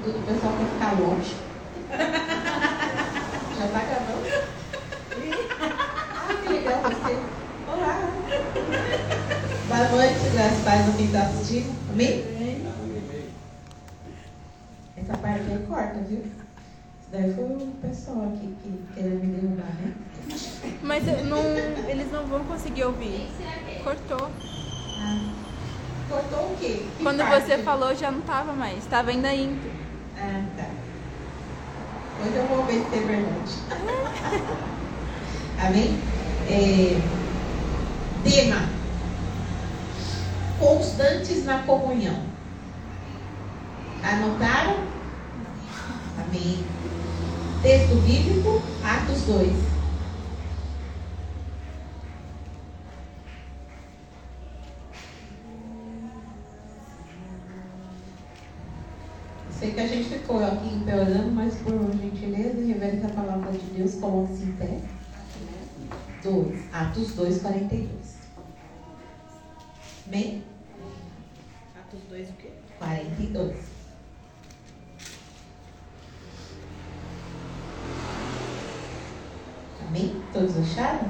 tudo, o pessoal quer ficar longe. Já está gravando? Ah, que legal você. Olá. Boa noite, graças a Deus, quem está assistindo. Amém? Essa parte aí corta, viu? Isso daí foi o pessoal aqui que queria me derrubar, né? Mas eles não vão conseguir ouvir. Cortou. Ah. Cortou o quê? Que Quando parte? você falou já não estava mais, estava ainda indo. Ah, tá. Hoje eu vou ver se é verdade. Amém? Tema: constantes na comunhão. Anotaram? Amém. Texto bíblico, Atos 2. Sei que a gente ficou aqui empeorando, mas por gentileza e reverência à palavra de Deus, coloque-se em pé. 2, Atos 2, 42. Amém? Atos 2 o quê? 42. Amém? Todos acharam?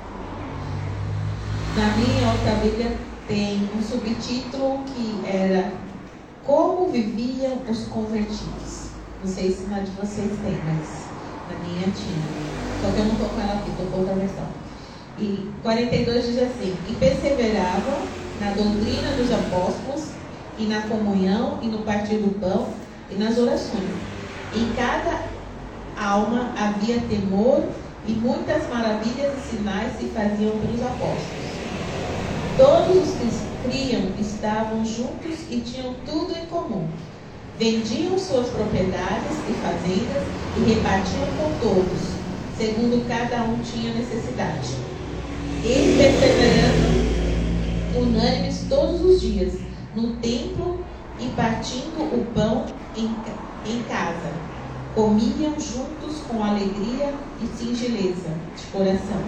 Na minha outra Bíblia tem um subtítulo que era Como viviam os convertidos. Não sei se na de vocês tem, mas na minha tinha. Só que eu não estou com ela aqui, estou com outra versão. E 42 diz assim: E perseveravam na doutrina dos apóstolos, e na comunhão, e no partir do pão, e nas orações. Em cada alma havia temor, e muitas maravilhas e sinais se faziam pelos apóstolos. Todos os que criam estavam juntos e tinham tudo em comum. Vendiam suas propriedades e fazendas e repartiam com todos, segundo cada um tinha necessidade. Eles perseverando unânimes todos os dias no templo e partindo o pão em casa. Comiam juntos com alegria e singeleza de coração,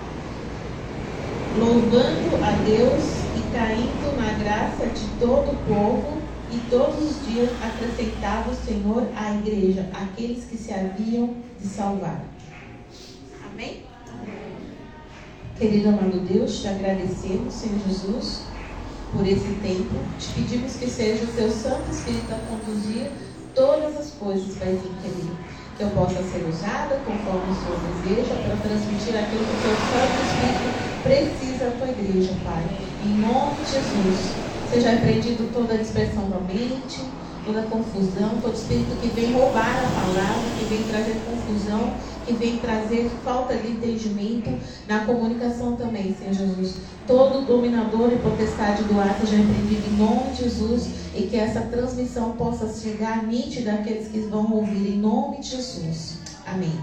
louvando a Deus e caindo na graça de todo o povo, e todos os dias acrescentava o Senhor à igreja aqueles que se haviam de salvar. Amém? Querido amado Deus, te agradecemos, Senhor Jesus, por esse tempo. Te pedimos que seja o teu Santo Espírito a conduzir todas as coisas, Paizinho querido. Que eu possa ser usada conforme o Senhor deseja para transmitir aquilo que o teu Santo Espírito precisa à tua igreja, Pai. Em nome de Jesus, seja repreendido toda a dispersão da mente, toda a confusão, todo espírito que vem roubar a palavra, que vem trazer confusão, que vem trazer falta de entendimento na comunicação também, Senhor Jesus. Todo dominador e potestade do ar seja repreendido em nome de Jesus, e que essa transmissão possa chegar nítida àqueles que vão ouvir em nome de Jesus. Amém.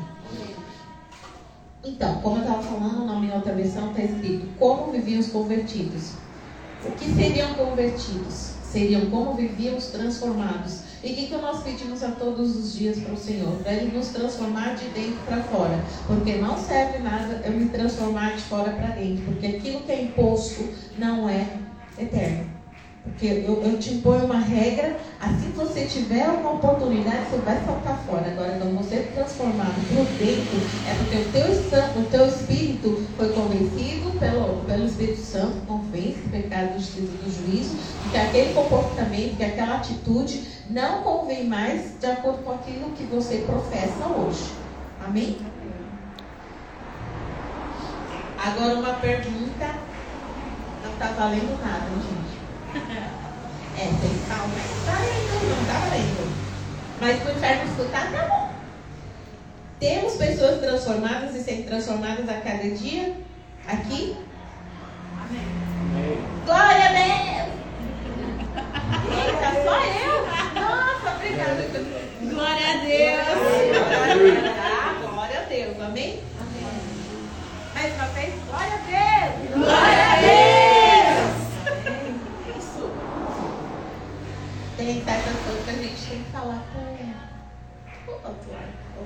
Então, como eu estava falando, na minha outra versão está escrito: como viviam os convertidos. O que seriam convertidos? Seriam como viviam os transformados. E o que nós pedimos a todos os dias para o Senhor? Para Ele nos transformar de dentro para fora. Porque não serve nada eu me transformar de fora para dentro. Porque aquilo que é imposto não é eterno. Porque eu te imponho uma regra, assim que você tiver uma oportunidade, você vai saltar fora. Agora, quando você é transformado por dentro, é porque o teu espírito foi convencido pelo Espírito Santo, convence do pecado, do justiça e do juízo, que aquele comportamento, que aquela atitude não convém mais de acordo com aquilo que você professa hoje. Amém? Agora uma pergunta, não está valendo nada, gente. Sem calma. Tá lendo, não tá valendo. Mas pro inferno escutar, tá bom. Temos pessoas transformadas e sendo transformadas a cada dia aqui? Amém. Glória a Deus! Eita, só eu? Nossa, obrigada. Glória a Deus! Glória a Deus, amém? Amém. Mais uma vez, glória a Deus! Glória a Deus! Tem certas coisas que a gente tem que falar com o outro lado.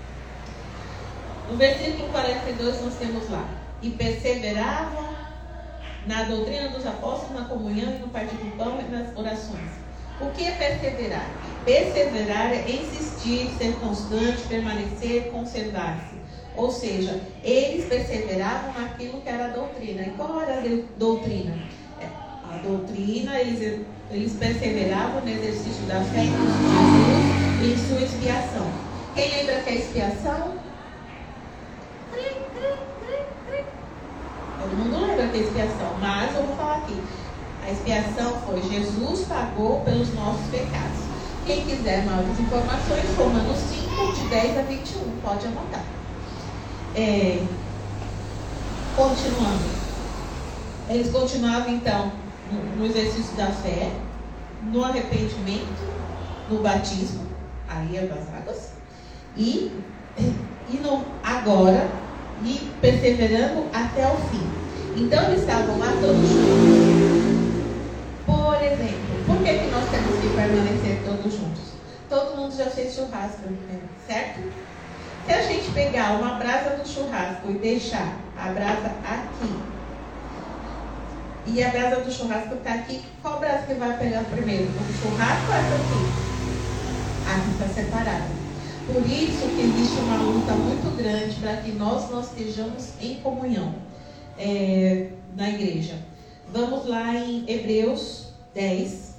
No versículo 42 nós temos lá: e perseveravam na doutrina dos apóstolos, na comunhão e no partir do pão e nas orações. O que é perseverar? Perseverar é insistir, ser constante, permanecer, conservar-se. Ou seja, eles perseveravam naquilo que era a doutrina. E qual era a doutrina? A doutrina, eles perseveravam no exercício da fé em Cristo Jesus e em sua expiação. Quem lembra que é expiação? Todo mundo lembra que é expiação, mas eu vou falar aqui. A expiação foi Jesus pagou pelos nossos pecados. Quem quiser maiores informações, Romanos 5, de 10 a 21, pode anotar. Continuando. Eles continuavam então no exercício da fé, no arrependimento, no batismo, aí é das águas, e no agora, e perseverando até o fim. Então eles estavam lá todos juntos. Por exemplo, por que nós temos que permanecer todos juntos? Todo mundo já fez churrasco, certo? Se a gente pegar uma brasa do churrasco e deixar a brasa aqui, e a brasa do churrasco está aqui, qual brasa que vai pegar primeiro? O churrasco ou essa aqui? Aqui está separada. Por isso que existe uma luta muito grande para que nós estejamos em comunhão na igreja. Vamos lá em Hebreus 10.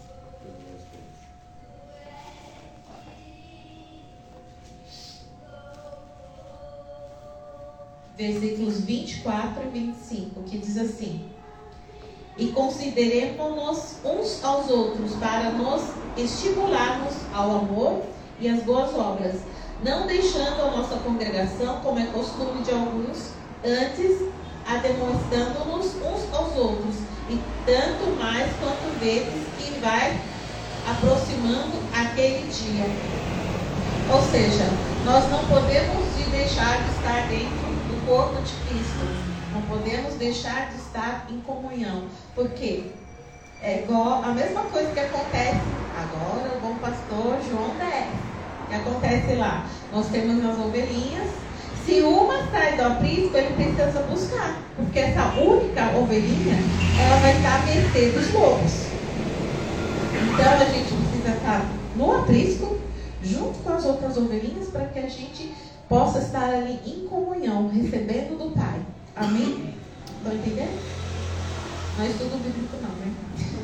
Versículos 24 e 25, que diz assim: e consideremos-nos uns aos outros para nos estimularmos ao amor e às boas obras, não deixando a nossa congregação, como é costume de alguns, antes ademoestando-nos uns aos outros, e tanto mais quanto vezes que vai aproximando aquele dia. Ou seja, nós não podemos deixar de estar dentro do corpo de Cristo. Não podemos deixar de estar em comunhão. Porque é igual a mesma coisa que acontece agora, o bom pastor João 10. Que acontece lá. Nós temos as ovelhinhas. Se uma sai do aprisco, ele precisa buscar. Porque essa única ovelhinha, ela vai estar à mercê dos lobos. Então a gente precisa estar no aprisco, junto com as outras ovelhinhas, para que a gente possa estar ali em comunhão, recebendo do Pai. Amém? Estão entendendo? Não é estudo bíblico não, né?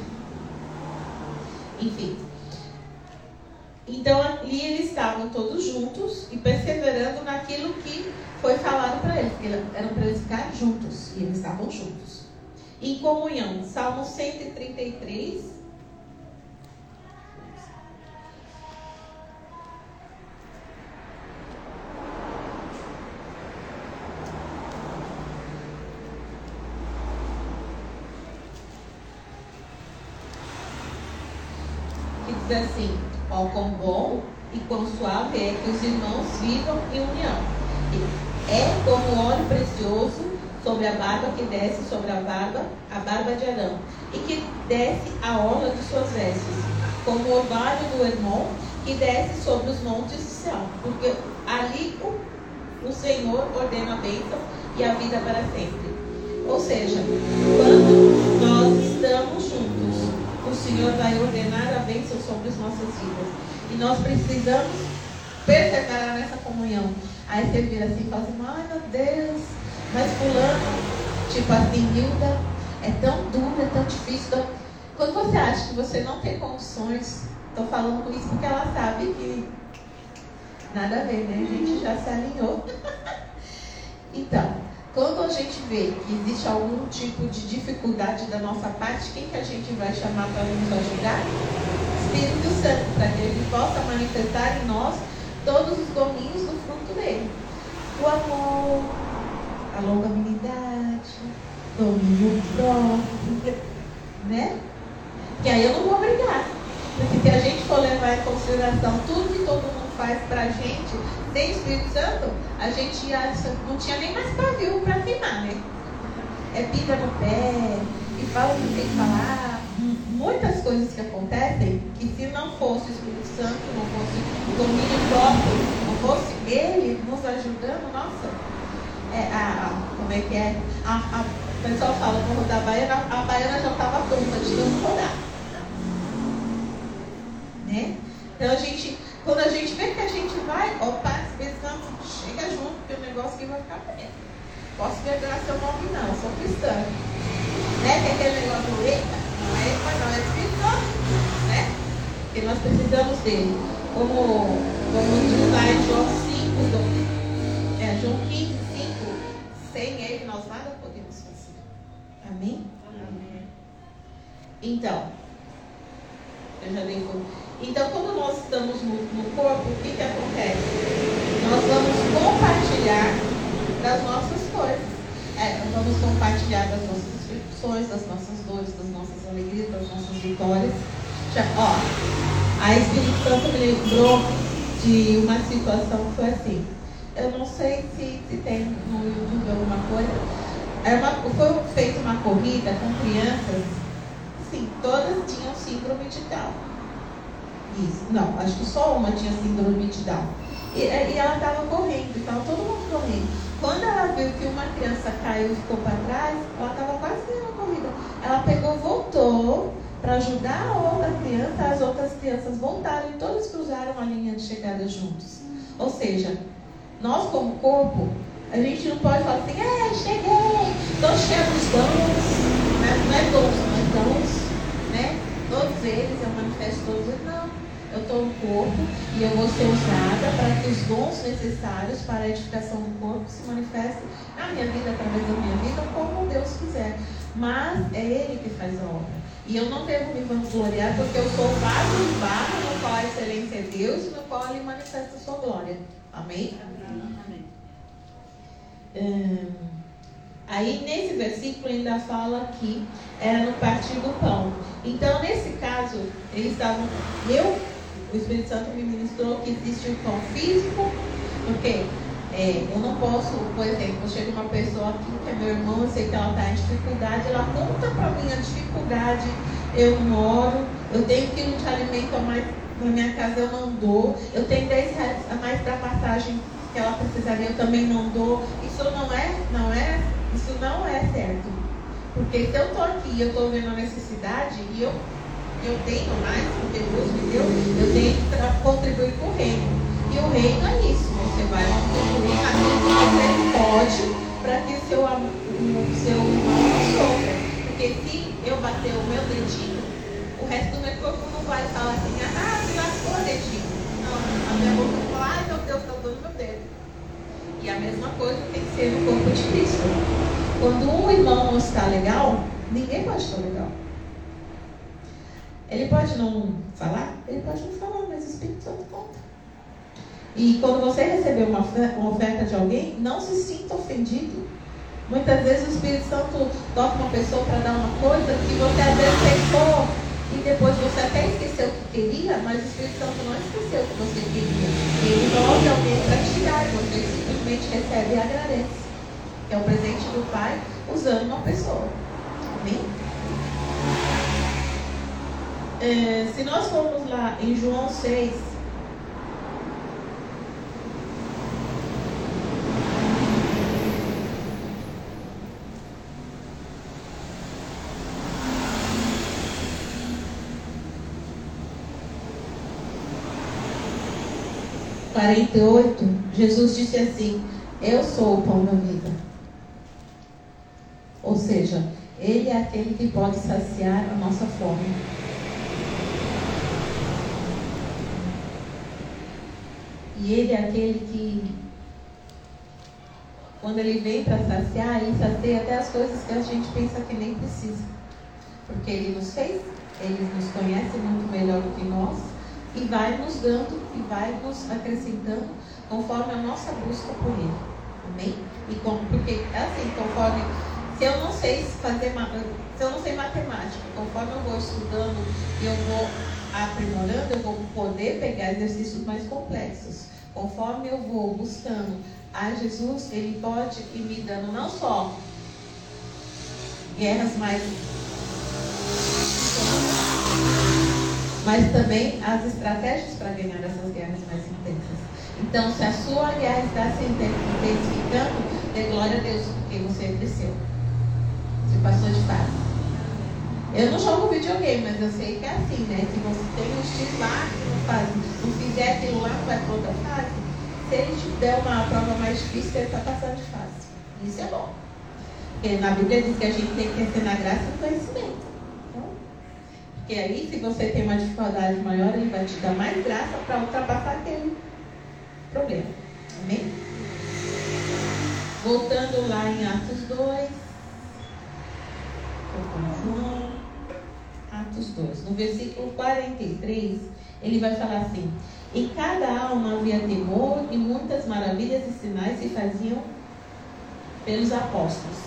Enfim. Então, ali eles estavam todos juntos e perseverando naquilo que foi falado para eles, que eram para eles ficar juntos. E eles estavam juntos. Em comunhão. Salmo 133. Assim, ó, quão bom e quão suave é que os irmãos vivam em união. É como óleo precioso sobre a barba que desce sobre a barba de Arão, e que desce a orla de suas vestes, como o orvalho do Hermon que desce sobre os montes de Sião, porque ali o Senhor ordena a bênção e a vida para sempre. Ou seja, quando nós estamos juntos, o Senhor vai ordenar a bênção sobre as nossas vidas. E nós precisamos perseverar nessa comunhão. Aí você vira assim e fala assim: ai meu Deus, mas fulano, tipo assim, Hilda, é tão duro, é tão difícil. Quando você acha que você não tem condições, estou falando com isso porque ela sabe que nada a ver, né? A gente já se alinhou. Então, quando a gente vê que existe algum tipo de dificuldade da nossa parte, quem que a gente vai chamar para nos ajudar? Espírito Santo, para que ele possa manifestar em nós todos os domínios do fruto dele. O amor, a longanimidade, domínio próprio, né? Que aí eu não vou brigar. Porque se a gente for levar em consideração tudo que todo mundo faz pra gente, sem Espírito Santo, a gente não tinha nem mais pavio para queimar, né? É pisa no pé, e fala o que tem que falar. Muitas coisas que acontecem, que se não fosse o Espírito Santo, não fosse o domínio próprio, não fosse ele nos ajudando, nossa, como é que é? O pessoal fala, vou rodar a baiana já estava pronta de tanto rodar. Né? Então quando a gente vê que a gente vai, opa, Espírito Santo, chega junto, porque o negócio aqui vai ficar bem. Posso vergonhar seu nome não, eu sou cristã. Né? Que aquele negócio, eita, não é epa, não, é Espírito Santo, né? Porque nós precisamos dele. Como diz lá em João 5, João 15, 5, sem ele nós nada podemos fazer. Amém? Amém. Então, eu já dei tudo. Então, quando nós estamos no corpo, o que acontece? Nós vamos compartilhar das nossas coisas. Nós vamos compartilhar das nossas aflições, das nossas dores, das nossas alegrias, das nossas vitórias. A Espírito Santo me lembrou de uma situação que foi assim. Eu não sei se tem no YouTube alguma coisa. Foi feita uma corrida com crianças, sim, todas tinham síndrome de Down. Isso, não, acho que só uma tinha síndrome de Down. E ela estava correndo, estava todo mundo correndo. Quando ela viu que uma criança caiu e ficou para trás, ela estava quase ganhando a corrida. Ela pegou, voltou para ajudar a outra criança, as outras crianças voltaram e todas cruzaram a linha de chegada juntos. Ou seja, nós como corpo, a gente não pode falar assim, cheguei, estou cheio dos dons, não é dons, mas dons, né? Todos eles, eu manifesto todos eles, não. Eu estou no corpo e eu vou ser usada para que os dons necessários para a edificação do corpo se manifestem na minha vida, através da minha vida, como Deus quiser. Mas é Ele que faz a obra. E eu não devo me vangloriar porque eu sou o vaso de barro no qual a excelência é Deus e no qual Ele manifesta a sua glória. Amém? Amém. Aí nesse versículo ainda fala que era no partir do pão. Então nesse caso, eles estavam. O Espírito Santo me ministrou que existe o pão físico, porque eu não posso, por exemplo, chega uma pessoa aqui que é meu irmão, eu sei que ela está em dificuldade, ela conta para mim a dificuldade, eu moro, eu tenho quilo de alimento a mais na minha casa, eu não dou, eu tenho 10 reais a mais para passagem que ela precisaria, eu também não dou. Isso isso não é certo. Porque se eu estou aqui e eu estou vendo a necessidade e eu tenho mais, porque Deus me deu, eu tenho que contribuir com o reino. E o reino é isso, você vai contribuir naquilo que você pode para que o seu irmão não sofra. Porque se eu bater o meu dedinho, o resto do meu corpo não vai falar assim, se lascou o dedinho. Não, a minha boca vai falar, ai meu Deus, está dando meu dedo. E a mesma coisa tem que ser no corpo de Cristo. Quando um irmão não está legal, ninguém pode estar legal. Ele pode não falar? Ele pode não falar, mas o Espírito Santo conta. E quando você receber uma oferta de alguém, não se sinta ofendido. Muitas vezes o Espírito Santo toca uma pessoa para dar uma coisa que você às vezes pensou e depois você até esqueceu o que queria, mas o Espírito Santo não esqueceu o que você queria. Ele move alguém para te dar, você simplesmente recebe e agradece. Que é o presente do Pai usando uma pessoa. Amém? Se nós formos lá em João 6, Jesus disse assim: eu sou o pão da vida. Ou seja, Ele é aquele que pode saciar a nossa fome. E Ele é aquele que, quando Ele vem para saciar, Ele sacia até as coisas que a gente pensa que nem precisa. Porque Ele nos fez, Ele nos conhece muito melhor do que nós, e vai nos dando, e vai nos acrescentando, conforme a nossa busca por Ele. Amém? Porque, assim, conforme... Se eu não sei matemática, conforme eu vou estudando e eu vou aprimorando, eu vou poder pegar exercícios mais complexos. Conforme eu vou buscando a Jesus, Ele pode ir me dando não só guerras mas também as estratégias para ganhar essas guerras mais intensas. Então, se a sua guerra está se intensificando, dê glória a Deus, porque você cresceu. Você passou de fase. Eu não jogo videogame, mas eu sei que é assim, né? Se você tem um X lá, que não fizer aquilo lá, vai para outra fase. Se ele te der uma prova mais difícil, ele está passando de fase. Isso é bom. Porque na Bíblia diz que a gente tem que crescer na graça e no conhecimento. Então, porque aí, se você tem uma dificuldade maior, ele vai te dar mais graça para ultrapassar aquele problema. Amém? Voltando lá em Atos 2. Atos 2. No versículo 43, ele vai falar assim: em cada alma havia temor e muitas maravilhas e sinais se faziam pelos apóstolos.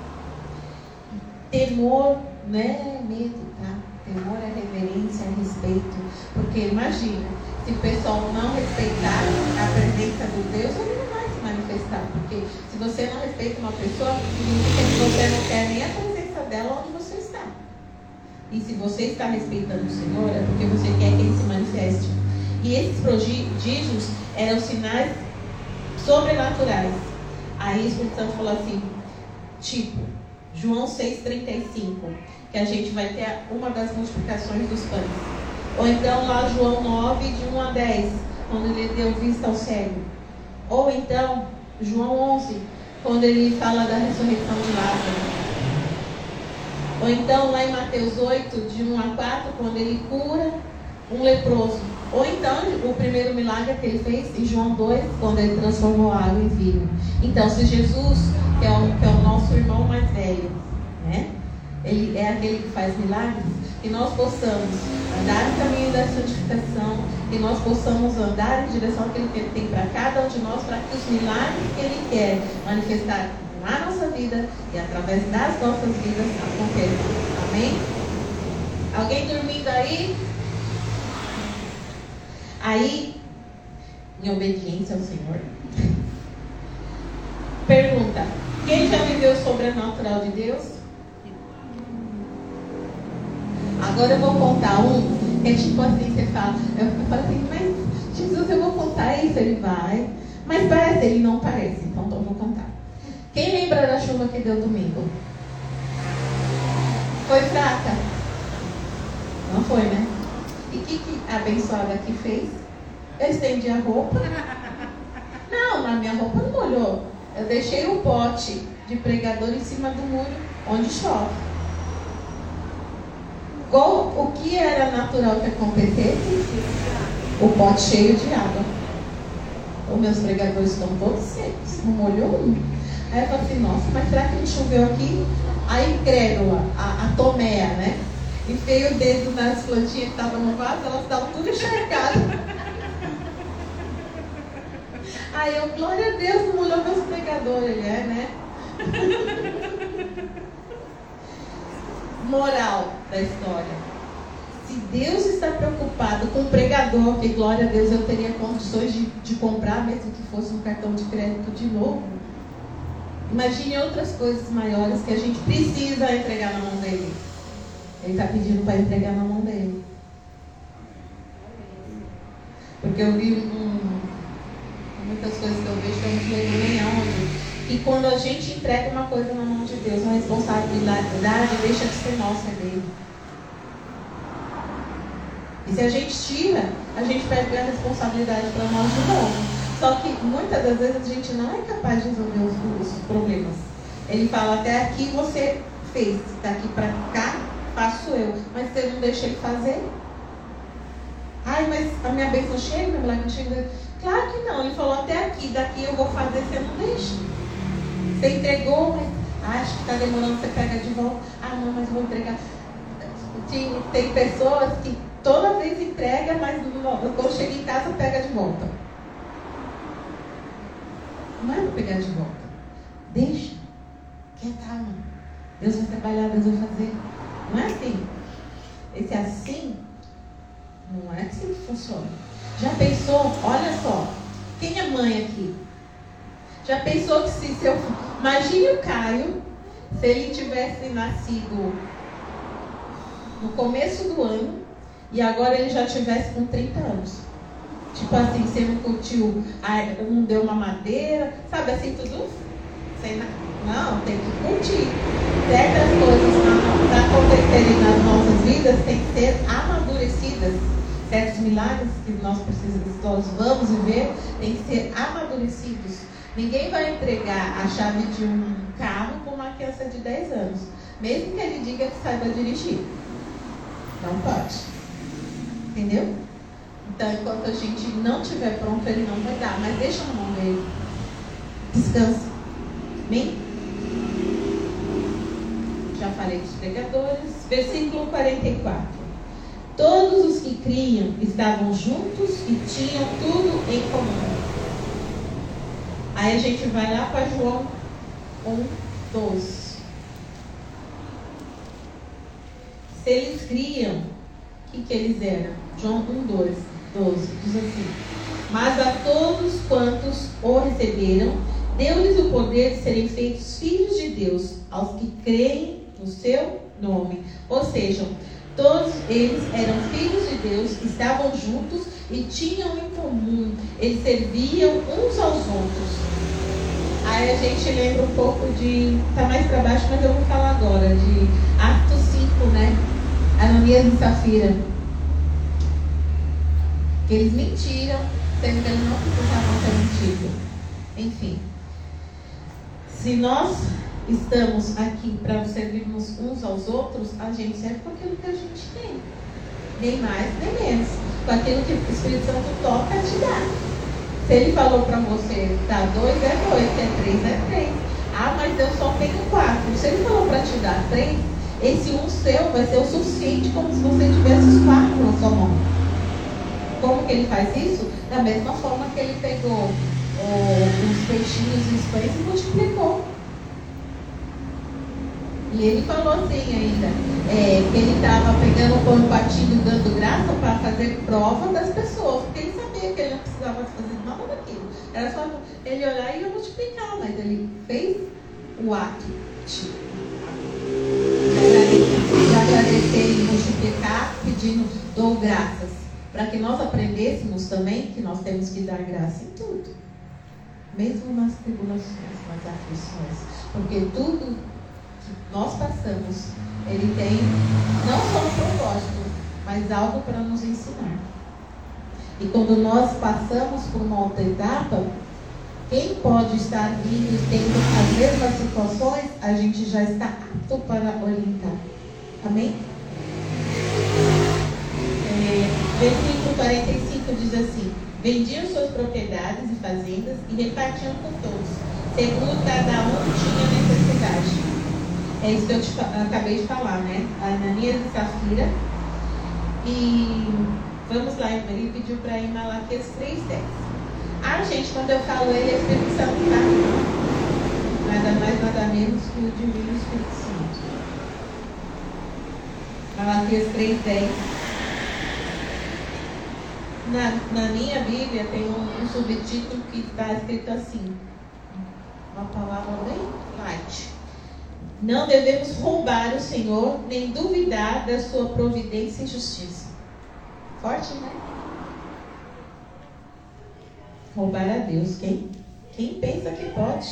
Temor não é medo, tá? Temor é reverência, é respeito. Porque imagina, se o pessoal não respeitar a presença do Deus, ele não vai se manifestar. Porque se você não respeita uma pessoa, significa que você não quer nem a presença dela onde você está. E se você está respeitando o Senhor, é porque você quer que ele se manifeste. E esses prodígios eram sinais sobrenaturais. Aí o Espírito Santo falou assim, tipo, João 6,35, que a gente vai ter uma das multiplicações dos pães. Ou então lá João 9, de 1 a 10, quando ele deu vista ao cego. Ou então João 11, quando ele fala da ressurreição de Lázaro. Ou então lá em Mateus 8, de 1 a 4, quando ele cura um leproso. Ou então o primeiro milagre que ele fez em João 2, quando ele transformou a água em vinho. Então, se Jesus, que é o nosso irmão mais velho, né? Ele é aquele que faz milagres, que nós possamos andar no caminho da santificação, que nós possamos andar em direção àquilo que ele tem para cada um de nós, para que os milagres que ele quer manifestar na nossa vida e através das nossas vidas aconteçam. Amém? Alguém dormindo aí? Aí, em obediência ao Senhor, pergunta: quem já viveu o sobrenatural de Deus? Agora eu vou contar um, que é tipo assim, você fala, eu falo assim, mas Jesus, eu vou contar isso, ele vai, mas parece, ele não parece, então eu vou contar. Quem lembra da chuva que deu domingo? Foi fraca? Não foi, né? E o que a abençoada aqui fez? Eu estendi a roupa. Não, na minha roupa não molhou. Eu deixei o pote de pregador em cima do muro, onde chove. O que era natural que acontecesse? O pote cheio de água. Os meus pregadores estão todos secos, não molhou um. Aí eu falei assim, nossa, mas será que não choveu aqui? A incrédula, a Toméia, né? Enfiei o dedo nas plantinhas que estavam no vaso, elas estavam tudo encharcadas. Aí eu, glória a Deus, não molhou meus pregadores, ele é, né? Moral da história. Se Deus está preocupado com o pregador, que glória a Deus eu teria condições de comprar, mesmo que fosse um cartão de crédito de novo. Imagine outras coisas maiores que a gente precisa entregar na mão dele. Ele está pedindo para entregar na mão dele. Porque eu vi muitas coisas que eu vejo que eu não lembro nem aonde. E quando a gente entrega uma coisa na mão de Deus, a responsabilidade deixa de ser nossa, é dele. E se a gente tira, a gente perde a responsabilidade para nós de novo. Só que muitas das vezes a gente não é capaz de resolver os problemas. Ele fala, até aqui você fez, daqui para cá faço eu. Mas você não deixa ele fazer? Ai, mas a minha bênção chega, meu milagre chega. Claro que não, ele falou, até aqui, daqui eu vou fazer, você não deixa. Você entregou, mas acho que está demorando, você pega de volta. Ah, não, mas vou entregar. Tem pessoas que toda vez entrega, mas quando chega em casa pega de volta. Não é para pegar de volta. Deixa. Calma. Deus vai trabalhar, Deus vai fazer. Não é assim. Esse assim, não é assim que funciona. Já pensou? Olha só. Quem é mãe aqui? Já pensou que se eu... Imagine o Caio, se ele tivesse nascido no começo do ano e agora ele já tivesse com 30 anos. Tipo assim, você não curtiu, não deu uma madeira, sabe assim tudo? Não, tem que curtir. Certas coisas para acontecerem nas nossas vidas têm que ser amadurecidas. Certos milagres que nós precisamos, nós vamos viver, têm que ser amadurecidos. Ninguém vai entregar a chave de um carro para uma criança de 10 anos, mesmo que ele diga que saiba dirigir. Não pode. Entendeu? Então, enquanto a gente não estiver pronto, ele não vai dar. Mas deixa na mão dele. Descansa. Amém? Já falei dos pregadores. Versículo 44. Todos os que criam estavam juntos e tinham tudo em comum. Aí a gente vai lá para João 1:12. Se eles criam, o que eles eram? João 1:12 diz assim: mas a todos quantos o receberam, deu-lhes o poder de serem feitos filhos de Deus, aos que creem no seu nome. Ou seja, todos eles eram filhos de Deus, estavam juntos e tinham em comum. Eles serviam uns aos outros. Aí a gente lembra um pouco de... Está mais para baixo, mas eu vou falar agora. De Atos 5, né? Ananias e Safira. Que eles mentiram, sendo que eles não precisavam ter mentido. Enfim. Se nós estamos aqui para servirmos uns aos outros, a gente serve com aquilo que a gente tem. Nem mais, nem menos. Com aquilo que o Espírito Santo toca te dá. Se ele falou para você, dar 2 é 2, se é 3 é 3. Ah, mas eu só tenho 4. Se ele falou para te dar 3, esse um seu vai ser o suficiente, como se você tivesse os 4 na sua mão. Como que ele faz isso? Da mesma forma que ele pegou os peixinhos e os pães e multiplicou. E ele falou assim ainda, que ele estava pegando o pão batido e dando graça para fazer prova das pessoas, porque ele sabia que ele não precisava fazer nada daquilo. Era só ele olhar e ia multiplicar, mas ele fez o ato de agradecer e multiplicar, pedindo, dou graças, para que nós aprendêssemos também que nós temos que dar graça em tudo, mesmo nas tribulações, nas aflições, porque tudo nós passamos, ele tem não só um propósito, mas algo para nos ensinar. E quando nós passamos por uma outra etapa, quem pode estar vindo e tendo as mesmas situações, a gente já está apto para orientar. Amém? Versículo 45 diz assim: vendiam suas propriedades e fazendas e repartiam com todos, segundo cada um tinha necessidade. É isso que eu acabei de falar, né? Ananias e Safira. E vamos lá, ele pediu para ir em Malaquias 3:10. Ah, gente, quando eu falo ele, é Espírito Santo, tá? Nada mais, nada menos que o Divino Espírito Santo. Malaquias 3:10. Na minha Bíblia tem um subtítulo que está escrito assim. Uma palavra bem light. Não devemos roubar o Senhor, nem duvidar da sua providência e justiça. Forte, né? Roubar a Deus. Quem pensa que pode?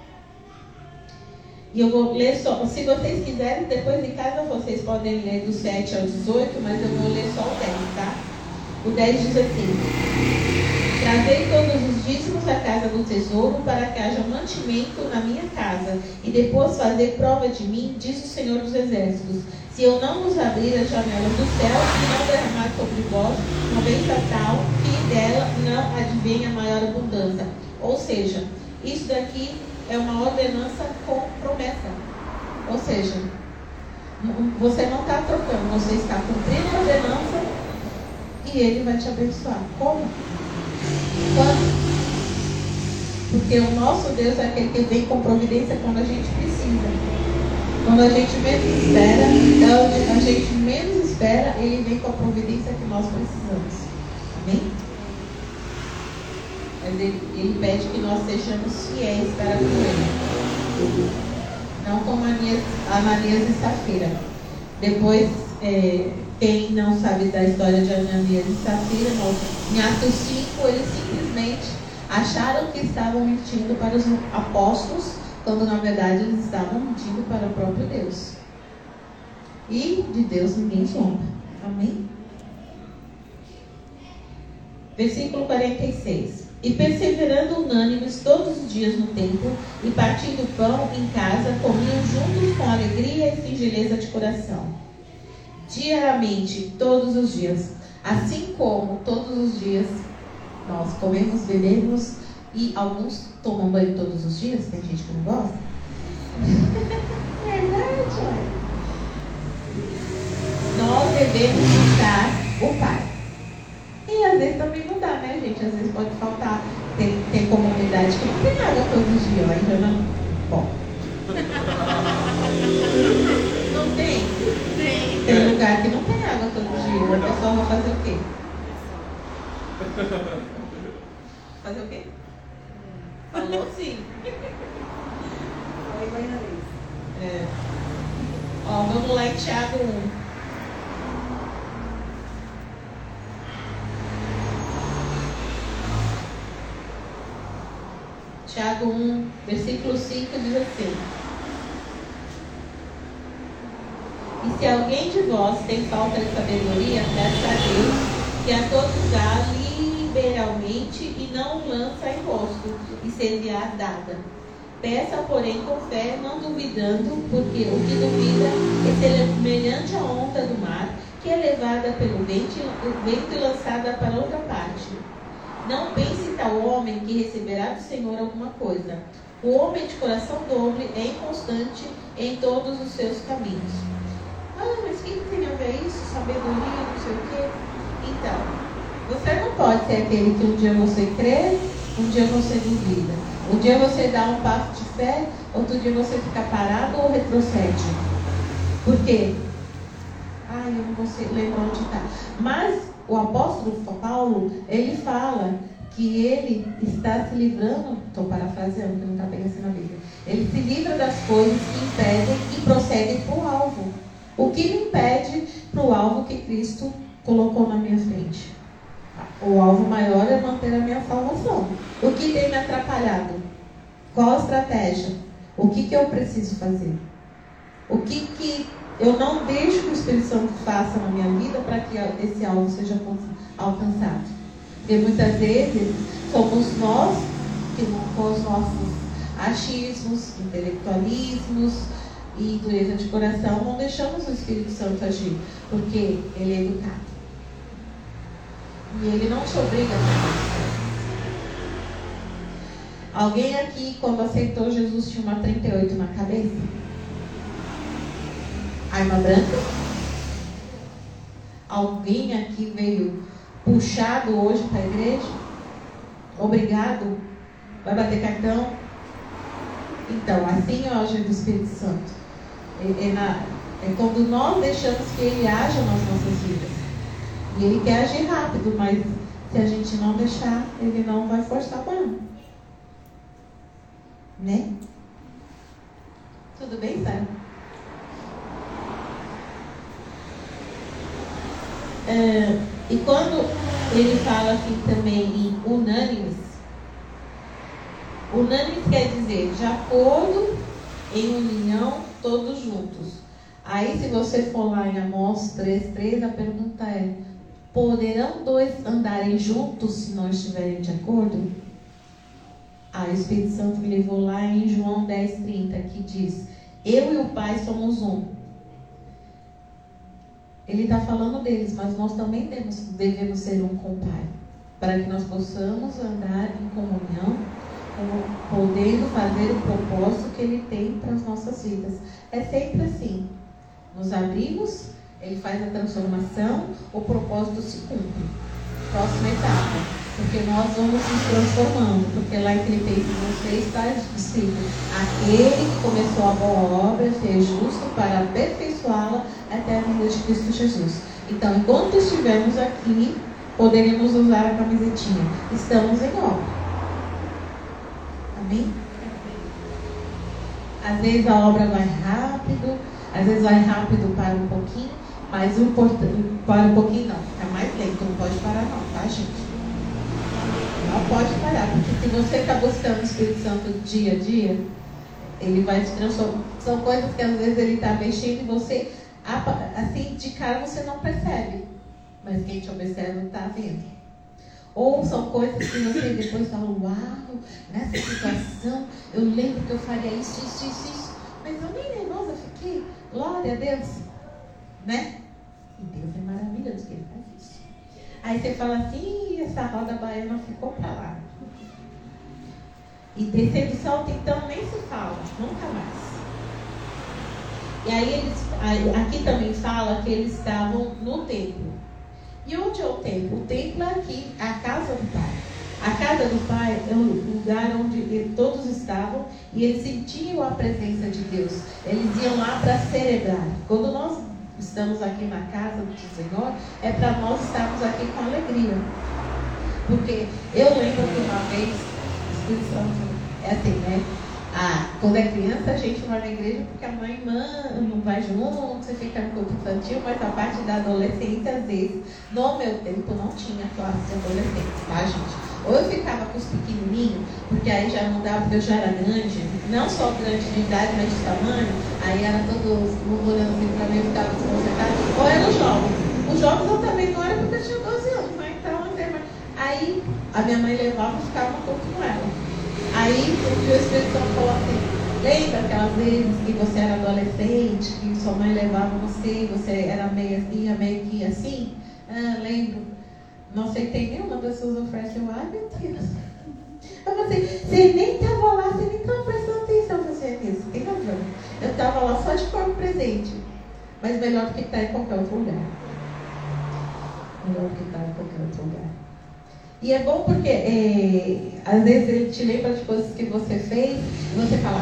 E eu vou ler só. Se vocês quiserem, depois em casa vocês podem ler do 7 ao 18, mas eu vou ler só o 10, tá? O 10 diz assim: trazei todos os dízimos à casa do tesouro, para que haja mantimento na minha casa, e depois fazer prova de mim, diz o Senhor dos Exércitos, se eu não vos abrir as janelas do céu e não derramar sobre vós uma bênção tal, que dela não advenha maior abundância. Ou seja, isso daqui é uma ordenança com promessa. Ou seja, você não está trocando, você está cumprindo a ordenança e ele vai te abençoar. Como? Quando? Porque o nosso Deus é aquele que vem com providência quando a gente precisa. Quando a gente menos espera, ele vem com a providência que nós precisamos. Amém? Mas ele pede que nós sejamos fiéis para com ele. Não como Ananias e Safira. Depois, quem não sabe da história de Ananias e Safira, em Atos 5, eles simplesmente acharam que estavam mentindo para os apóstolos quando na verdade eles estavam mentindo para o próprio Deus. E de Deus ninguém zomba. Amém? Versículo 46. E perseverando unânimes todos os dias no templo, e partindo pão em casa, comiam juntos com alegria e singeleza de coração. Diariamente, todos os dias, assim como todos os dias nós comemos, bebemos, e alguns tomam banho todos os dias, tem gente que não gosta. É verdade, olha. Nós devemos buscar o Pai. E às vezes também não dá, né, gente? Às vezes pode faltar. Tem comunidade que não tem água todos os dias, lá ainda não. Bom. Não tem? Tem lugar que não tem água todos os dias. A pessoa vai fazer o quê? Fazer o quê? Falou sim. É. Ó, vamos lá em Tiago 1. Tiago 1, versículo 5 diz assim: E se alguém de vós tem falta de sabedoria, peça a Deus, que a todos dá liberalmente e não lança em rosto, e ser-lhe-á dada. Peça, porém, com fé, não duvidando, porque o que duvida é semelhante à onda do mar, que é levada pelo vento e lançada para outra parte. Não pense tal homem que receberá do Senhor alguma coisa. O homem de coração dobre é inconstante em todos os seus caminhos. Ah, mas o que tem a ver isso? Sabedoria, não sei o quê. Então, você não pode ser aquele que um dia você crê, um dia você duvida. Um dia você dá um passo de fé, outro dia você fica parado ou retrocede. Por quê? Ah, eu não vou lembrar onde está. Mas o apóstolo Paulo, ele fala que ele está se livrando, estou parafraseando, que não está bem assim na Bíblia. Ele se livra das coisas que impedem e prossegue para o alvo. O que me impede para o alvo que Cristo colocou na minha frente? O alvo maior é manter a minha salvação. O que tem me atrapalhado? Qual a estratégia? O que eu preciso fazer? O que eu não deixo que o Espírito Santo faça na minha vida para que esse alvo seja alcançado? Porque muitas vezes somos nós que, com os nossos achismos, intelectualismos e dureza de coração, não deixamos o Espírito Santo agir, porque ele é educado. E ele não te obriga a fazer. Alguém aqui, quando aceitou Jesus, tinha uma 38 na cabeça? Arma branca? Alguém aqui veio puxado hoje para a igreja? Obrigado? Vai bater cartão? Então, assim é o agir do Espírito Santo. É quando nós deixamos que ele haja nas nossas vidas. E ele quer agir rápido, mas se a gente não deixar, ele não vai forçar a barra. Né? Tudo bem, Sara? E quando ele fala aqui também em unânimes, unânimes quer dizer de acordo, em união, todos juntos. Aí se você for lá em Amós 3:3, a pergunta é: poderão dois andarem juntos se não estiverem de acordo? O Espírito Santo me levou lá em João 10:30, que diz: eu e o Pai somos um. Ele está falando deles, mas nós também devemos ser um com o Pai, para que nós possamos andar em comunhão, podendo fazer o propósito que Ele tem para as nossas vidas. É sempre assim. Nos abrimos, Ele faz a transformação, o propósito se cumpre. Próxima etapa. Porque nós vamos nos transformando. Porque lá em Filipenses 6 está escrito: aquele que começou a boa obra fez justo para aperfeiçoá-la até a vinda de Cristo Jesus. Então, enquanto estivermos aqui, poderemos usar a camisetinha: estamos em obra. Amém? Às vezes a obra vai rápido, às vezes vai rápido para um pouquinho, mas o importante, para um pouquinho não, fica mais lento, não pode parar não, tá, gente? Não pode parar, porque se você está buscando o Espírito Santo dia a dia, Ele vai te transformar. São coisas que às vezes ele está mexendo em você, assim, de cara você não percebe. Mas quem te observa está vendo. Ou são coisas que você depois fala, uau, nessa situação, eu lembro que eu faria isso. Mas eu nem nervosa fiquei. Glória a Deus. Né? E Deus é maravilhoso que ele faz isso. Aí você fala assim, essa roda baiana ficou para lá. E descer do salto, então, nem se fala, nunca mais. E aí aqui também fala que eles estavam no templo. E onde é o templo? O templo é aqui, a casa do Pai. A casa do Pai é o lugar onde todos estavam e eles sentiam a presença de Deus. Eles iam lá para celebrar. Quando nós estamos aqui na casa do Senhor, é para nós estarmos aqui com alegria. Porque eu lembro que uma vez, Espírito Santo é assim, né? Quando é criança, a gente vai na igreja porque a mãe não vai junto, você fica no culto infantil, mas a parte da adolescência, às vezes, no meu tempo, não tinha classe de adolescentes, tá, gente? Ou eu ficava com os pequenininhos, porque aí já não dava, porque eu já era grande, não só grande de idade, mas de tamanho, aí era todos olhando assim pra mim, eu ficava desconcertada, ou eram os jovens. Os jovens eu também não era porque eu tinha 12 anos, né? Então, aí a minha mãe levava e ficava um pouco com ela. Aí o Espírito Santo falou assim, lembra aquelas vezes que você era adolescente, que sua mãe levava você era meio que assim? Lembro. Não aceitei nenhuma das suas ofertas. Ai, meu Deus. Eu falei, você nem estava lá, você nem estava prestando atenção para você nisso. Tem razão. Eu estava lá só de corpo presente. Mas melhor do que estar em qualquer outro lugar. Melhor do que estar em qualquer outro lugar. E é bom porque às vezes ele te lembra de coisas que você fez e você fala,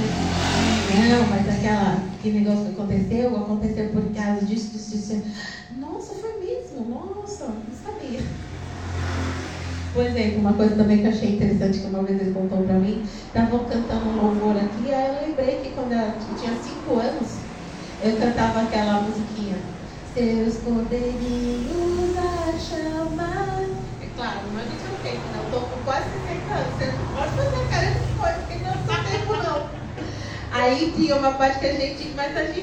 não, mas aquele negócio que aconteceu por causa disso. Nossa, foi mesmo, nossa, não sabia. Por exemplo, uma coisa também que eu achei interessante que uma vez ele contou pra mim, estavam cantando um louvor aqui, aí eu lembrei que quando eu tinha 5 anos, eu cantava aquela musiquinha, seus poderes a chamar. Claro, não é do seu tempo, não. Eu estou com quase 60 anos. Você não pode fazer cara de coisa, porque não é do seu tempo, não. Aí tinha uma parte que a gente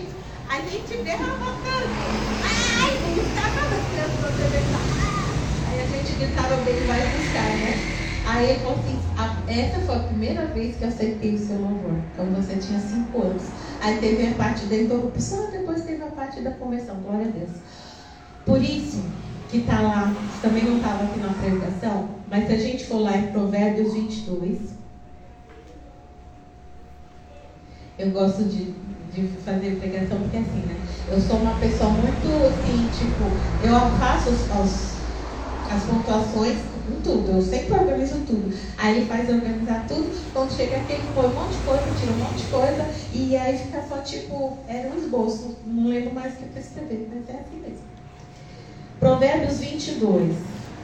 berrava tanto. Ai, gritava das crianças para você pensar. Aí a gente gritava bem, vai buscar, né? Aí ele falou assim, essa foi a primeira vez que eu aceitei o seu louvor, quando você tinha 5 anos. Aí teve a parte da interrupção, depois teve a parte da conversão, glória a Deus. Por isso que está lá, também não estava aqui na pregação, mas se a gente for lá em Provérbios 22, eu gosto de fazer pregação porque assim, né? Eu sou uma pessoa muito assim, tipo, eu faço as pontuações em tudo, eu sempre organizo tudo. Aí ele faz organizar tudo, quando chega aqui ele põe um monte de coisa, tira um monte de coisa, e aí fica só tipo, era um esboço, não lembro mais o que eu escrever, mas é assim mesmo. Provérbios 22.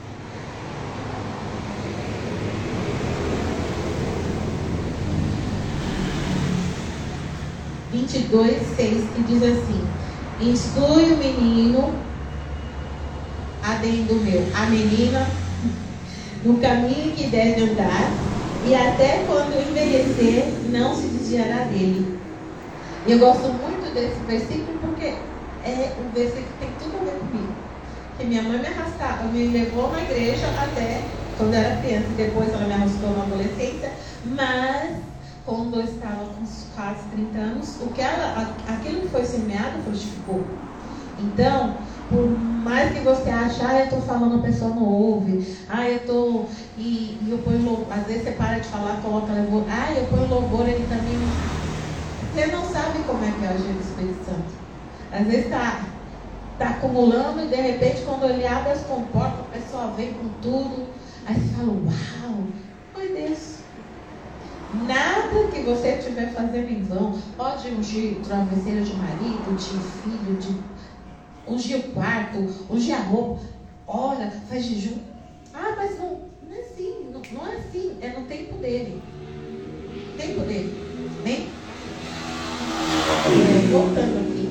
(22, 6) que diz assim: instrui o menino, adendo meu, a menina, no caminho que deve andar, e até quando envelhecer, não se desviará dele. E eu gosto muito desse versículo porque é um versículo que tem tudo a ver comigo. Que minha mãe me arrastava, me levou na igreja até quando eu era criança, depois ela me arrastou na adolescência, mas quando eu estava com quase 30 anos, aquilo que foi semeado frutificou. Então, por mais que você ache, eu estou falando, a pessoa não ouve, e eu ponho louvor, às vezes você para de falar, coloca louvor, eu ponho louvor, ele também não. Você não sabe como é que é o agir do Espírito Santo. Às vezes está acumulando e de repente quando ele abre as comportas, a pessoa vem com tudo, aí você fala, uau, foi Deus. Nada que você estiver fazendo em vão, pode ungir travesseiro de marido, de filho, ungir o quarto, ungir a roupa, ora, faz jejum. Mas não é assim, não é assim, é no tempo dele. Tempo dele. Amém? Voltando aqui.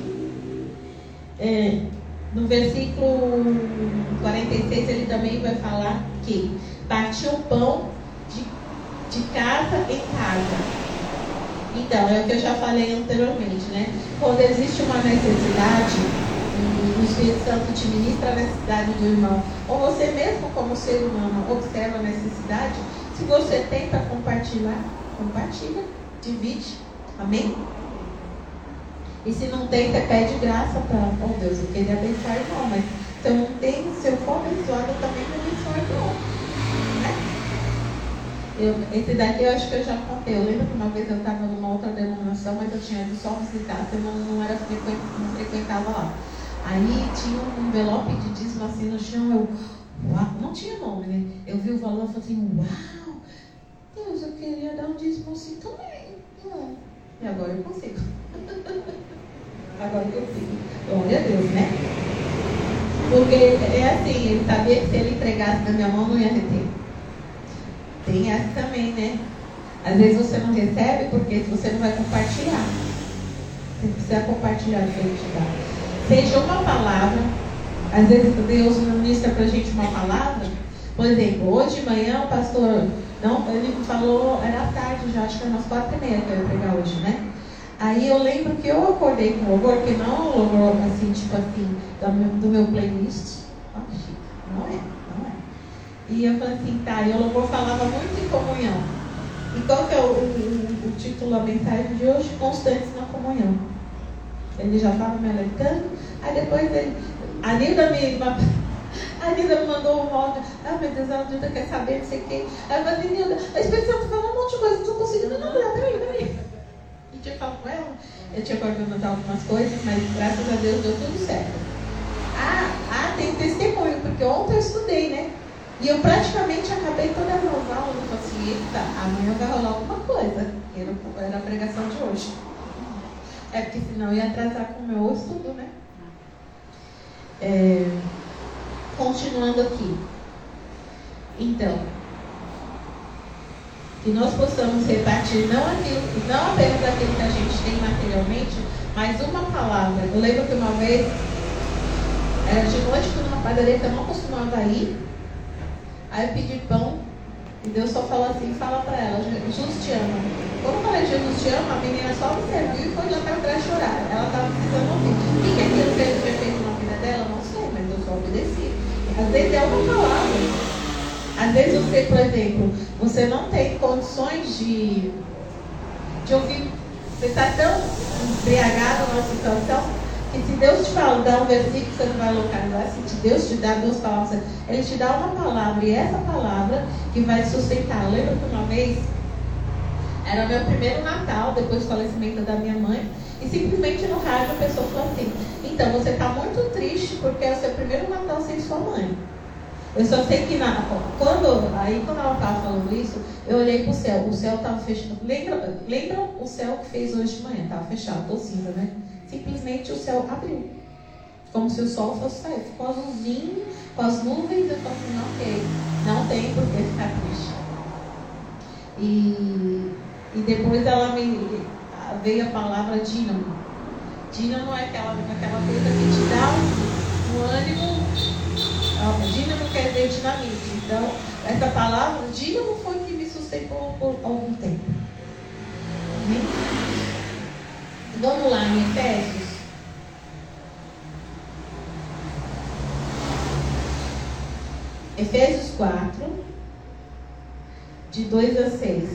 No versículo 46 ele também vai falar que partiu o pão de casa em casa Então, é o que eu já falei anteriormente, né? Quando existe uma necessidade, o Espírito Santo te ministra a necessidade do irmão, ou você mesmo como ser humano observa a necessidade, se você tenta compartilhar, compartilha, divide, amém? E se não tem, você pede graça para, oh Deus, eu queria abençoar o irmão, mas se eu não tenho, se eu for abençoado, eu também vou abençoar o irmão, né? Esse daqui eu acho que eu já contei. Eu lembro que uma vez eu estava numa outra denominação, mas eu tinha ido só visitar, porque eu não frequentava lá. Aí tinha um envelope de dízimo assim no chão, uau, não tinha nome, né? Eu vi o valor e falei assim, uau, Deus, eu queria dar um dízimo assim também. E agora eu consigo. Agora eu consigo. Glória a Deus, né? Porque é assim, ele sabia que se ele entregasse na minha mão, não ia reter. Tem essa também, né? Às vezes você não recebe porque você não vai compartilhar. Você precisa compartilhar o que ele te dá. Seja uma palavra, às vezes Deus ministra pra gente uma palavra. Por exemplo, hoje de manhã o pastor, ele falou, era à tarde já, acho que era umas 4h30 que eu ia pregar hoje, né? Aí eu lembro que eu acordei com louvor, que não é um louvor assim, tipo assim, do meu playlist. Não é. E eu falei assim, tá, e o louvor falava muito em comunhão. E qual que é o título da mensagem de hoje? Constantes na comunhão. Ele já estava me alertando. Aí depois a Nilda me mandou um áudio. Ah, meu Deus, a Nilda quer saber, não sei o quê. Aí eu falei assim, Nilda, a Espírito Santo falou um monte de coisa, não estou conseguindo não, peraí. E tinha falado com ela, eu tinha perguntado algumas coisas, mas graças a Deus deu tudo certo. Tem testemunho, porque ontem eu estudei, né? E eu praticamente acabei todas as aulas. Eu falei assim, eita, amanhã vai rolar alguma coisa. Era a pregação de hoje. É porque senão ia atrasar com o meu estudo, né? Continuando aqui. Então, que nós possamos repartir não apenas aquilo que a gente tem materialmente, mas uma palavra. Eu lembro que uma vez, era de noite, fui numa padaria que eu não costumava ir. Aí eu pedi pão e Deus só falou assim, fala pra ela, Jesus te ama. Quando eu falei Jesus te ama, a menina só me serviu e foi lá pra trás chorar. Ela estava precisando ouvir. O que aquilo que ele tinha feito na vida dela? Não sei, mas eu só obedeci. Às vezes é uma palavra. Às vezes você, por exemplo, você não tem condições de ouvir. Você está tão embriagado numa situação que se Deus te fala, dá um versículo, você não vai localizar. Se Deus te dá 2 palavras, Ele te dá uma palavra, e essa palavra que vai te sustentar. Eu lembro que uma vez, era meu primeiro Natal, depois do falecimento da minha mãe, e simplesmente no rádio a pessoa falou assim, então você está muito triste porque é o seu primeiro Natal sem sua mãe. Eu só sei que quando ela estava falando isso, eu olhei para o céu estava fechado. Lembra o céu que fez hoje de manhã? Estava fechado, estou cinza, né? Simplesmente o céu abriu. Como se o sol fosse sair. Ficou azulzinho, com as nuvens. Eu falei assim, ok, não tem por que ficar triste. E depois veio a palavra dínamo. Dínamo é aquela coisa que te dá um ânimo. Dínamo quer dizer dinamite. Então, essa palavra, dínamo, foi que me sustentou por algum tempo. Amém? Vamos lá em Efésios. Efésios 4, de 2 a 6.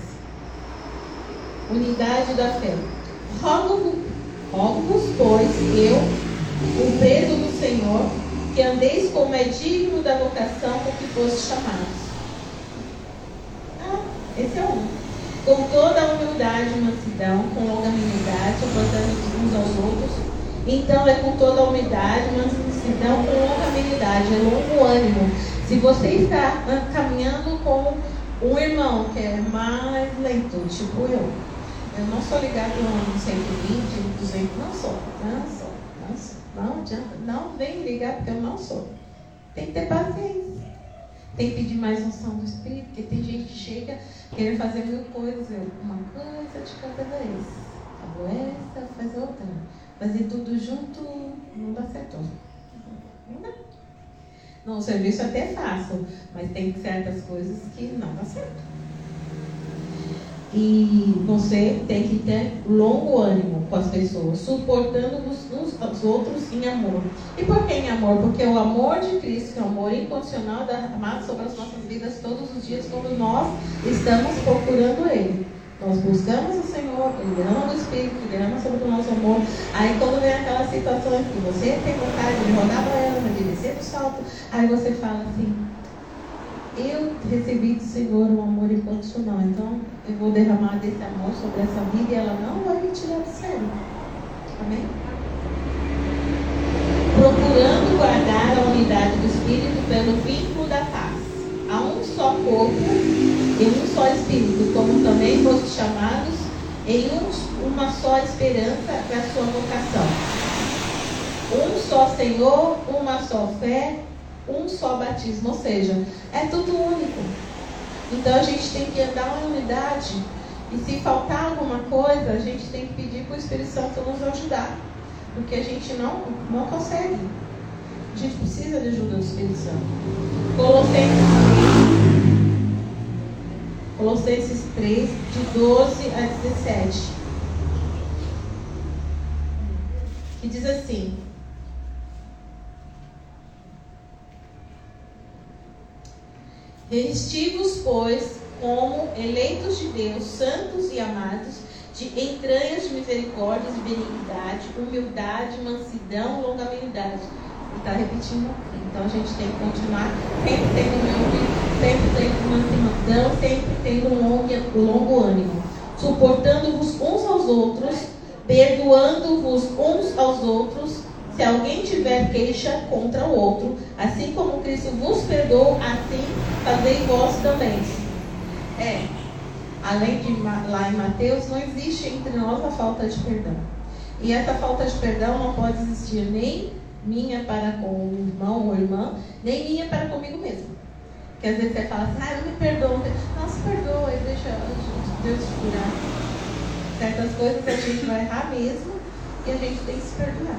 Unidade da fé. Rogo-vos, pois, eu, o preso do Senhor, que andeis como é digno da vocação com que foste chamados. Esse é um. Com toda a humildade e mansidão, com longanimidade, suportando uns aos outros. Então é com toda a humildade, mansidão, com longanimidade, é longo ânimo. Se você está caminhando com um irmão que é mais lento, tipo eu não sou ligado no 120, 200, não sou. Não adianta, não vem ligar porque eu não sou. Tem que ter paciência. Tem que pedir mais unção do Espírito, porque tem gente que chega querendo fazer 1000 coisas. Uma coisa de cada vez. Adoece, faz outra. Fazer tudo junto não dá certo. Não dá. Não, o serviço até é fácil, mas tem certas coisas que não dá certo. E você tem que ter longo ânimo com as pessoas, suportando-vos uns aos outros em amor. E por que em amor? Porque o amor de Cristo, que é o amor incondicional derramado sobre as nossas vidas todos os dias, quando nós estamos procurando Ele. Nós buscamos o Senhor, Ele derrama o Espírito, Ele derrama sobre o nosso amor. Aí quando vem aquela situação em que você tem vontade de rodar a boiada, de descer do salto, aí você fala assim: eu recebi do Senhor um amor incondicional, então eu vou derramar desse amor sobre essa vida e ela não vai me tirar do sério. Amém? Procurando guardar a unidade do Espírito pelo vínculo da paz. Há um só corpo e um só Espírito, como também foste chamados em uma só esperança da sua vocação. Um só Senhor, uma só fé, um só batismo, ou seja, é tudo único. Então a gente tem que andar em unidade, e se faltar alguma coisa, a gente tem que pedir para o Espírito Santo nos ajudar, porque a gente não consegue. A gente precisa de ajuda do Espírito Santo. Colossenses 3, de 12 a 17, que diz assim: revesti-vos, pois, como eleitos de Deus, santos e amados, de entranhas de misericórdia, de benignidade, humildade, mansidão, longanimidade. Ele está repetindo aqui. Então a gente tem que continuar sempre tendo humildade, sempre tendo mansidão, sempre tendo um longo ânimo, suportando-vos uns aos outros, perdoando-vos uns aos outros, se alguém tiver queixa contra o outro, assim como Cristo vos perdoou, assim fazei vós também. Além de lá em Mateus, não existe entre nós a falta de perdão. E essa falta de perdão não pode existir nem minha para com o irmão ou irmã, nem minha para comigo mesmo. Porque às vezes você fala assim: eu me perdoo. Não, se perdoa, deixa Deus te curar. Certas coisas a gente vai errar mesmo e a gente tem que se perdoar.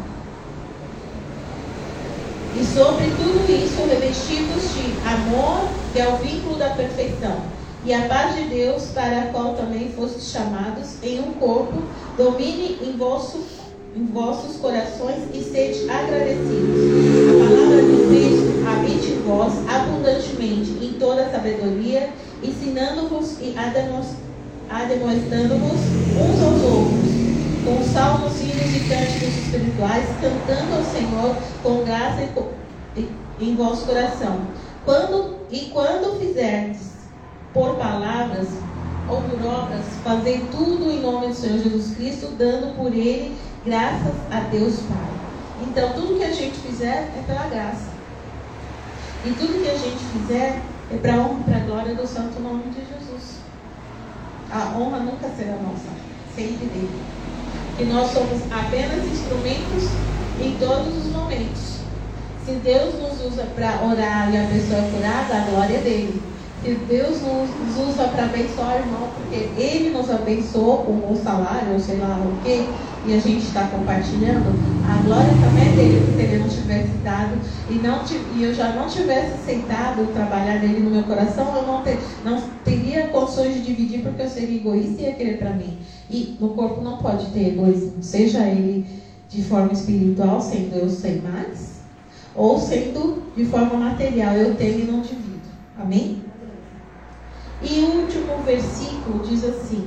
E sobre tudo isso, revestidos de amor, que é o vínculo da perfeição, e a paz de Deus, para a qual também fostes chamados em um corpo, domine em vossos corações e sede agradecidos. A palavra de Cristo habite em vós abundantemente em toda a sabedoria, ensinando-vos e admoestando-vos uns aos outros, com salmos, hinos e cânticos espirituais, cantando ao Senhor com graça em vosso coração. Quando fizerdes por palavras ou por obras, fazei tudo em nome do Senhor Jesus Cristo, dando por Ele graças a Deus Pai. Então, tudo que a gente fizer é pela graça. E tudo que a gente fizer é para a honra e para a glória do santo nome de Jesus. A honra nunca será nossa, sempre dele. Que nós somos apenas instrumentos em todos os momentos. Se Deus nos usa para orar e a pessoa é curada, a glória é dele. Se Deus nos usa para abençoar o irmão, porque Ele nos abençoou com o salário, ou sei lá o que, e a gente está compartilhando, a glória também é dele. Se Ele não tivesse dado e eu já não tivesse aceitado trabalhar nele no meu coração, eu não teria condições de dividir, porque eu seria egoísta e ia querer para mim. E no corpo não pode ter egoísmo, seja ele de forma espiritual, sendo eu sei mais, ou sendo de forma material, eu tenho e não divido. Amém? E o último versículo diz assim,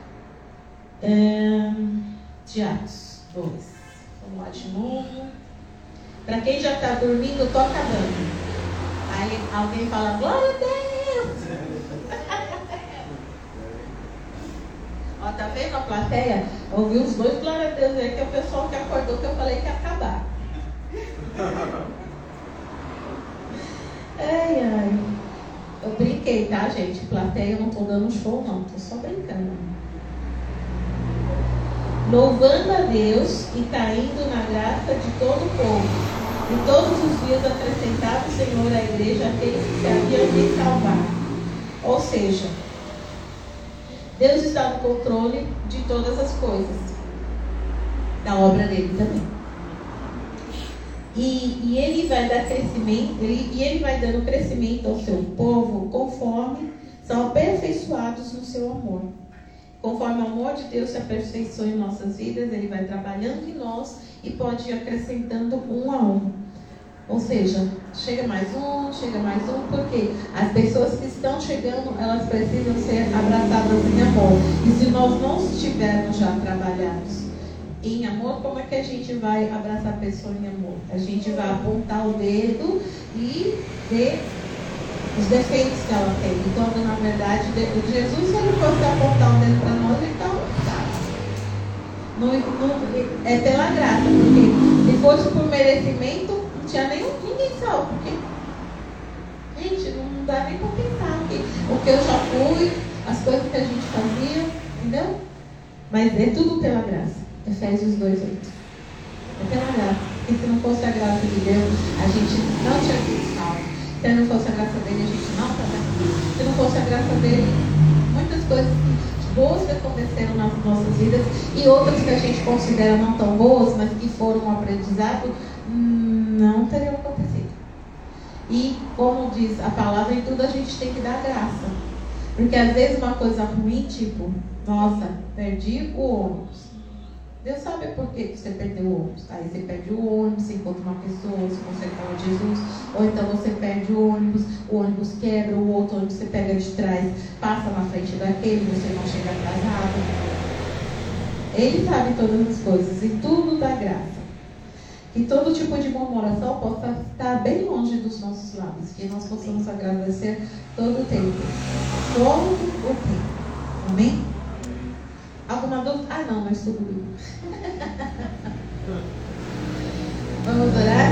de Atos 2. Vamos lá de novo. Para quem já está dormindo, estou acabando. Aí alguém fala: glória a Deus. Ó, tá vendo a plateia? Ouviu os dois glória a Deus aí, que é o pessoal que acordou, que eu falei que ia acabar. Ai. Eu brinquei, tá, gente? Plateia, eu não tô dando show, não. Tô só brincando. Louvando a Deus e caindo na graça de todo o povo. E todos os dias acrescentava o Senhor à igreja aqueles que se haviam de salvar. Ou seja, Deus está no controle de todas as coisas. Da obra dele também. E ele vai dar crescimento, ele vai dando crescimento ao seu povo conforme são aperfeiçoados no seu amor. Conforme o amor de Deus se aperfeiçoa em nossas vidas, Ele vai trabalhando em nós e pode ir acrescentando um a um. Ou seja, chega mais um, porque as pessoas que estão chegando, elas precisam ser abraçadas em amor. E se nós não estivermos já trabalhados em amor, como é que a gente vai abraçar a pessoa em amor? A gente vai apontar o dedo e ver os defeitos que ela tem. Então, na verdade, Jesus, se ele fosse apontar o dedo para nós, ele estava não, é pela graça, porque se fosse por merecimento, não tinha ninguém salvo. Porque, gente, não dá nem para pensar o que eu já fui, as coisas que a gente fazia, entendeu? Mas é tudo pela graça. Efésios 2:8. É pela graça. Porque se não fosse a graça de Deus, a gente não tinha sido salvo. Se não fosse a graça dele, a gente não estava aqui. Se não fosse a graça dele, muitas coisas boas que aconteceram nas nossas vidas e outras que a gente considera não tão boas, mas que foram um aprendizado, não teriam acontecido. E como diz a palavra, em tudo a gente tem que dar graça. Porque às vezes uma coisa ruim, tipo, nossa, perdi o ônibus. Deus sabe por que você perdeu o ônibus. Aí você perde o ônibus, você encontra uma pessoa, você fala de Jesus. Ou então você perde o ônibus quebra, o outro ônibus você pega de trás, passa na frente daquele, você não chega atrasado. Ele sabe todas as coisas e tudo dá graça. Que todo tipo de murmuração possa estar bem longe dos nossos lábios. Que nós possamos agradecer todo o tempo. Todo o tempo. Amém? Alguma dúvida? Ah, não, mas tudo bem. Vamos orar?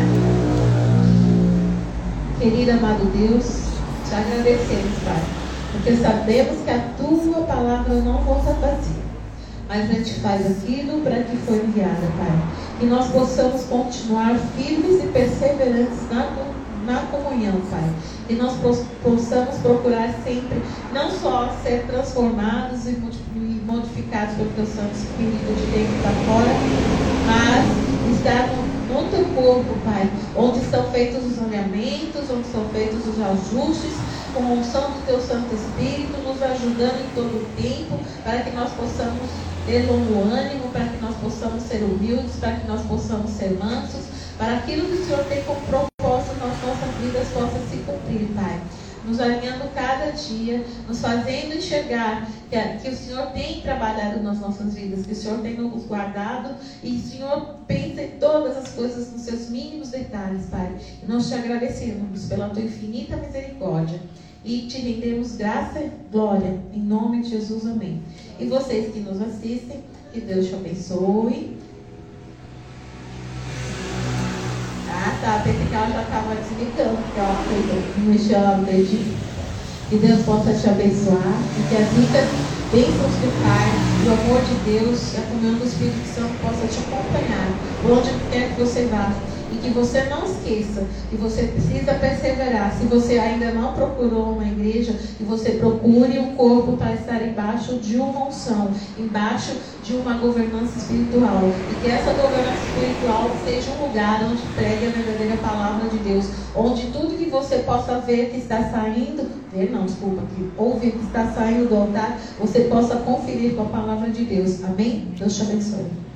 Querido amado Deus, te agradecemos, Pai, porque sabemos que a tua palavra não volta vazia, mas a gente faz aquilo para que foi enviada, Pai. Que nós possamos continuar firmes e perseverantes na comunhão, Pai. E nós possamos procurar sempre, não só ser transformados e modificados pelo Teu Santo Espírito de dentro para fora, mas estar no Teu corpo, Pai, onde são feitos os alinhamentos, onde são feitos os ajustes, com a unção do Teu Santo Espírito, nos ajudando em todo o tempo, para que nós possamos ter longo ânimo, para que nós possamos ser humildes, para que nós possamos ser mansos, para aquilo que o Senhor tem como propósito nas nossas vidas possa se cumprir, Pai. Nos alinhando cada dia, nos fazendo enxergar que o Senhor tem trabalhado nas nossas vidas, que o Senhor tem nos guardado e o Senhor pensa em todas as coisas nos seus mínimos detalhes, Pai. E nós te agradecemos pela tua infinita misericórdia e te rendemos graça e glória, em nome de Jesus, amém. E vocês que nos assistem, que Deus te abençoe. Ah, tá, pensei que ela já estava desligando, porque ela mexeu no dedinho. Que Deus possa te abençoar e que as ricas bênçãos do Pai, o amor de Deus e a comunhão do Espírito Santo possa te acompanhar por onde quer que você vá. E que você não esqueça que você precisa perseverar. Se você ainda não procurou uma igreja, que você procure um corpo para estar embaixo de uma unção, embaixo de uma governança espiritual. E que essa governança espiritual seja um lugar onde pregue a verdadeira palavra de Deus. Onde tudo que você possa ver que está saindo, ouvir que está saindo do altar, você possa conferir com a palavra de Deus. Amém? Deus te abençoe.